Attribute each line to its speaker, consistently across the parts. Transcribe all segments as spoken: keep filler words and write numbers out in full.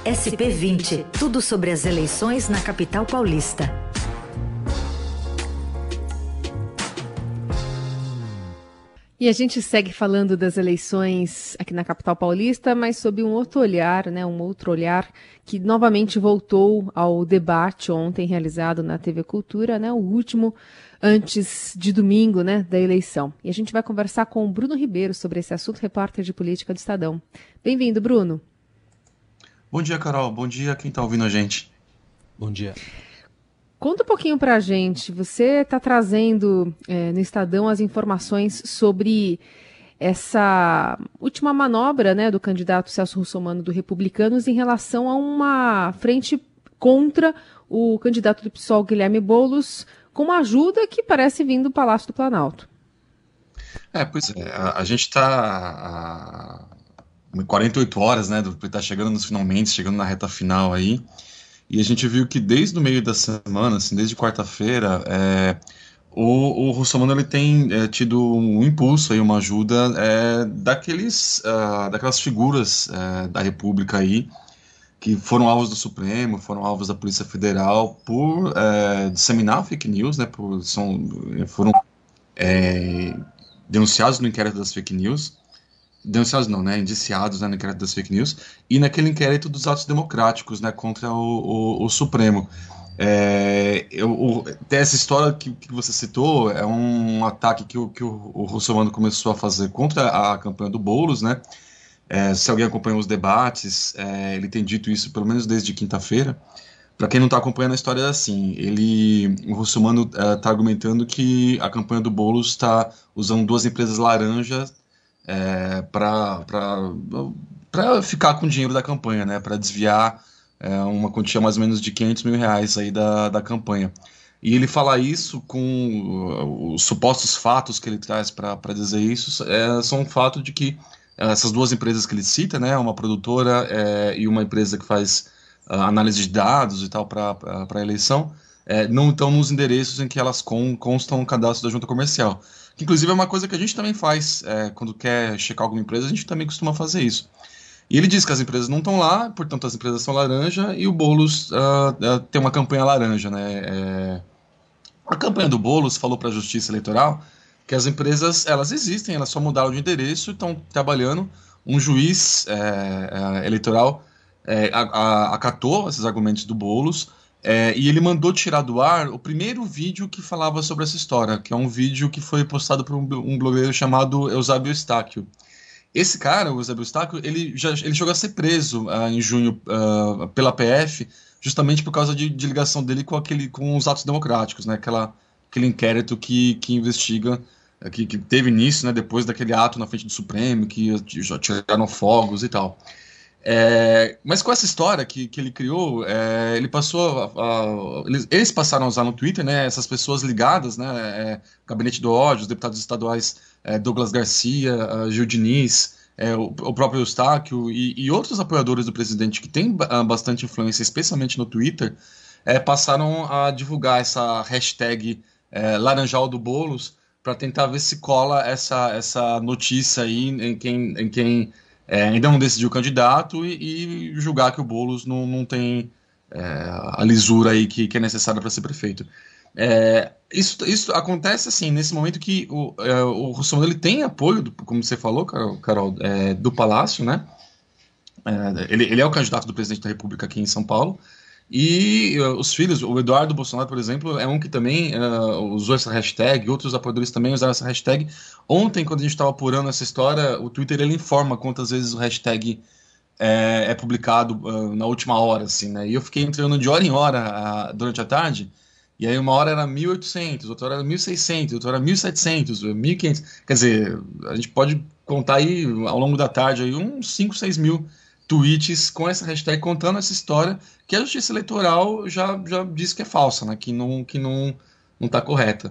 Speaker 1: S P vinte, tudo sobre as eleições na capital paulista.
Speaker 2: E a gente segue falando das eleições aqui na capital paulista, mas sob um outro olhar, né, um outro olhar que novamente voltou ao debate ontem realizado na T V Cultura, né, o último antes de domingo, né, da eleição. E a gente vai conversar com o Bruno Ribeiro sobre esse assunto, repórter de política do Estadão. Bem-vindo, Bruno.
Speaker 3: Bom dia, Carol. Bom dia a quem está ouvindo a gente.
Speaker 4: Bom dia.
Speaker 2: Conta um pouquinho pra gente, você está trazendo é, no Estadão as informações sobre essa última manobra, né, do candidato Celso Russomano do Republicanos em relação a uma frente contra o candidato do PSOL, Guilherme Boulos, com uma ajuda que parece vir do Palácio do Planalto.
Speaker 3: É, pois é, a, a gente está há quarenta e oito horas, né, está chegando nos finalmente, chegando na reta final aí. E a gente viu que desde o meio da semana, assim, desde quarta-feira, é, o, o Russomano ele tem é, tido um impulso, aí, uma ajuda é, daqueles, uh, daquelas figuras é, da República aí, que foram alvos do Supremo, foram alvos da Polícia Federal por é, disseminar fake news, né, por, são, foram é, denunciados no inquérito das fake news. Denunciados não, né, indiciados, né, no inquérito das fake news, e naquele inquérito dos atos democráticos, né, contra o, o, o Supremo. É, eu, o, essa história que, que você citou é um ataque que o, que o, o Russomano começou a fazer contra a campanha do Boulos, né, é, se alguém acompanhou os debates, é, ele tem dito isso pelo menos desde quinta-feira. Para quem não está acompanhando a história, é assim, ele, o Russomano está argumentando que a campanha do Boulos está usando duas empresas laranjas É, para ficar com o dinheiro da campanha, né, para desviar é, uma quantia mais ou menos de quinhentos mil reais aí da, da campanha. E ele fala isso com uh, os supostos fatos que ele traz para dizer isso, é, são um fato de que uh, essas duas empresas que ele cita, né, uma produtora é, e uma empresa que faz uh, análise de dados e tal para a eleição, é, não estão nos endereços em que elas con, constam no cadastro da junta comercial. Que, inclusive, é uma coisa que a gente também faz, é, quando quer checar alguma empresa, a gente também costuma fazer isso. E ele diz que as empresas não estão lá, portanto as empresas são laranja, e o Boulos uh, uh, tem uma campanha laranja, né? É... A campanha do Boulos falou para a Justiça Eleitoral que as empresas, elas existem, elas só mudaram de endereço e estão trabalhando. Um juiz é, é, eleitoral é, a, a, acatou esses argumentos do Boulos, É, e ele mandou tirar do ar o primeiro vídeo que falava sobre essa história, que é um vídeo que foi postado por um, um blogueiro chamado Eusébio Eustáquio. Esse cara, o Eusébio Eustáquio, ele, já, ele chegou a ser preso uh, em junho uh, pela P F, justamente por causa de, de ligação dele com, aquele, com os atos democráticos, né? Aquela, aquele inquérito que, que investiga, uh, que, que teve início, né, depois daquele ato na frente do Supremo, que já tiraram fogos e tal. É, mas com essa história que, que ele criou, é, ele passou a, a, eles, eles passaram a usar no Twitter, né, essas pessoas ligadas, né, é, Gabinete do Ódio, os deputados estaduais é, Douglas Garcia, Gil Diniz, é, o, o próprio Eustáquio e, e outros apoiadores do presidente que têm bastante influência, especialmente no Twitter, é, passaram a divulgar essa hashtag é, Laranjal do Boulos para tentar ver se cola essa, essa notícia aí em quem... Em quem É, ainda não decidiu o candidato e, e julgar que o Boulos não, não tem é, a lisura aí que, que é necessária para ser prefeito. É, isso, isso acontece assim, nesse momento que o, é, o Russomano ele tem apoio, do, como você falou, Carol, Carol é, do Palácio, né? É, ele, ele é o candidato do presidente da República aqui em São Paulo. E uh, os filhos, o Eduardo Bolsonaro, por exemplo, é um que também uh, usou essa hashtag, outros apoiadores também usaram essa hashtag. Ontem, quando a gente estava apurando essa história, o Twitter ele informa quantas vezes o hashtag é, é publicado uh, na última hora, assim, né? E eu fiquei entrando de hora em hora uh, durante a tarde, e aí uma hora era mil e oitocentos, outra hora era mil e seiscentos, outra hora era mil e setecentos, mil e quinhentos. Quer dizer, a gente pode contar aí, ao longo da tarde, aí, uns cinco, seis mil tweets com essa hashtag contando essa história que a Justiça Eleitoral já, já disse que é falsa, né? Que não que não não está correta.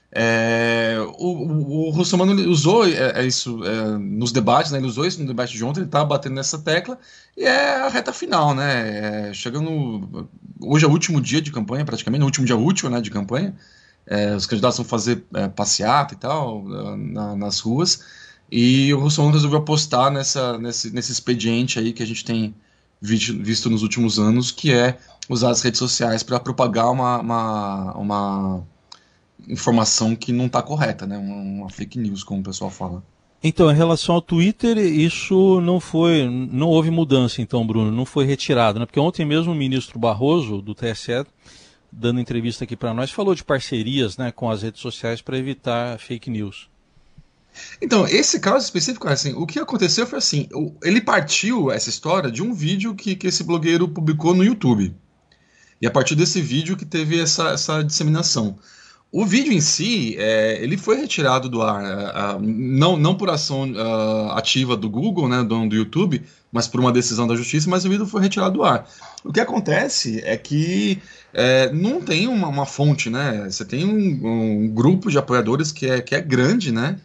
Speaker 3: É, o, o, o Russomano usou é, é isso é, nos debates, né? Ele usou isso no debate de ontem, ele está batendo nessa tecla e é a reta final, né? É, chegando hoje é o último dia de campanha, praticamente, o último dia útil, né, de campanha. É, os candidatos vão fazer é, passeata e tal na, nas ruas. E o Russomano resolveu apostar nessa, nesse, nesse expediente aí que a gente tem visto nos últimos anos, que é usar as redes sociais para propagar uma, uma, uma informação que não está correta, né? Uma, uma fake news, como o pessoal fala.
Speaker 4: Então, em relação ao Twitter, isso não foi, não houve mudança, então, Bruno, não foi retirado, né? Porque ontem mesmo o ministro Barroso, do T S E, dando entrevista aqui para nós, falou de parcerias, né, com as redes sociais para evitar fake news.
Speaker 3: Então, esse caso específico, assim, o que aconteceu foi assim, ele partiu essa história de um vídeo que, que esse blogueiro publicou no YouTube. E a partir desse vídeo que teve essa, essa disseminação. O vídeo em si, é, ele foi retirado do ar, uh, não, não por ação uh, ativa do Google, né, do, do YouTube, mas por uma decisão da justiça, mas o vídeo foi retirado do ar. O que acontece é que é, não tem uma, uma fonte, né? Você tem um, um grupo de apoiadores que é, que é grande, né?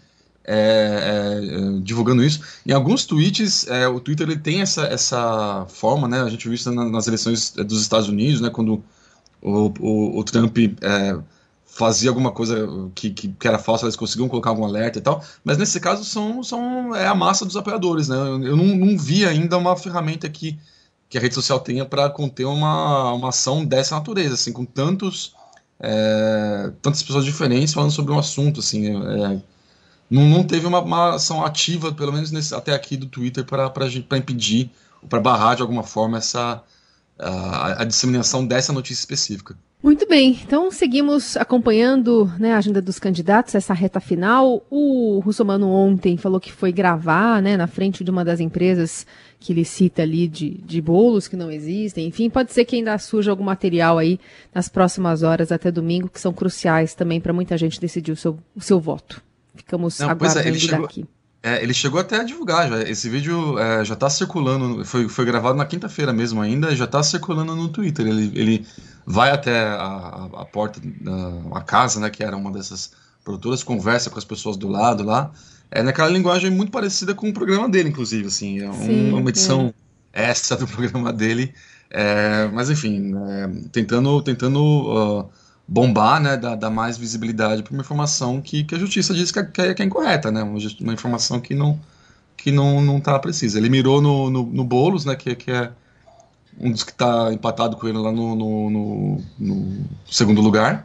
Speaker 3: É, é, divulgando isso. Em alguns tweets, é, o Twitter ele tem essa, essa forma, né? A gente viu isso nas eleições dos Estados Unidos, né? Quando o, o, o Trump é, fazia alguma coisa que, que, que era falsa, eles conseguiam colocar algum alerta e tal. Mas nesse caso são, são, é a massa dos apoiadores, né? Eu, eu não, não vi ainda uma ferramenta que, que a rede social tenha para conter uma, uma ação dessa natureza, assim, com tantos, é, tantas pessoas diferentes falando sobre um assunto, assim, é, Não, não teve uma, uma ação ativa, pelo menos nesse, até aqui do Twitter, para impedir, para barrar de alguma forma essa, a, a disseminação dessa notícia específica.
Speaker 2: Muito bem, então seguimos acompanhando, né, a agenda dos candidatos, essa reta final. O Russomano ontem falou que foi gravar, né, na frente de uma das empresas que ele cita ali de, de bolos que não existem. Enfim, pode ser que ainda surja algum material aí nas próximas horas até domingo, que são cruciais também para muita gente decidir o seu, o seu voto. Ficamos Não, aguardando é, ele chegou, daqui.
Speaker 3: É, ele chegou até a divulgar, já. Esse vídeo é, já está circulando, foi, foi gravado na quinta-feira mesmo ainda, já está circulando no Twitter. Ele, ele vai até a, a porta, a, a casa, né, que era uma dessas produtoras, conversa com as pessoas do lado lá. É naquela linguagem muito parecida com o programa dele, inclusive. Assim, é um, Sim, uma edição é. essa do programa dele. É, mas, enfim, é, tentando... tentando uh, bombar, né, dar, dar mais visibilidade para uma informação que, que a justiça diz que é, que é incorreta, né, uma, uma informação que não que não não está precisa. Ele mirou no, no, no Boulos, né, que, que é um dos que está empatado com ele lá no, no, no, no segundo lugar,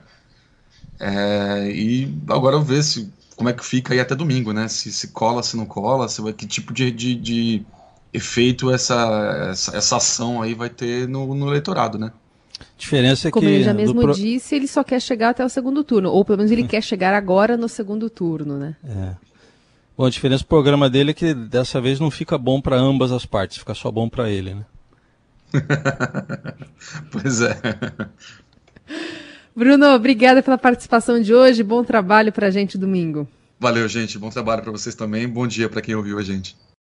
Speaker 3: é, e agora ver se como é que fica aí até domingo, né, se, se cola, se não cola, se vai, que tipo de, de, de efeito essa, essa, essa ação aí vai ter no, no eleitorado, né.
Speaker 4: A diferença é
Speaker 2: Como
Speaker 4: que...
Speaker 2: ele já mesmo
Speaker 4: pro...
Speaker 2: disse, ele só quer chegar até o segundo turno, ou pelo menos ele quer chegar agora no segundo turno, né?
Speaker 4: É. Bom, a diferença do programa dele é que dessa vez não fica bom para ambas as partes, fica só bom para ele, né?
Speaker 3: Pois é.
Speaker 2: Bruno, obrigada pela participação de hoje, bom trabalho para a gente domingo.
Speaker 3: Valeu, gente, bom trabalho para vocês também, bom dia para quem ouviu a gente.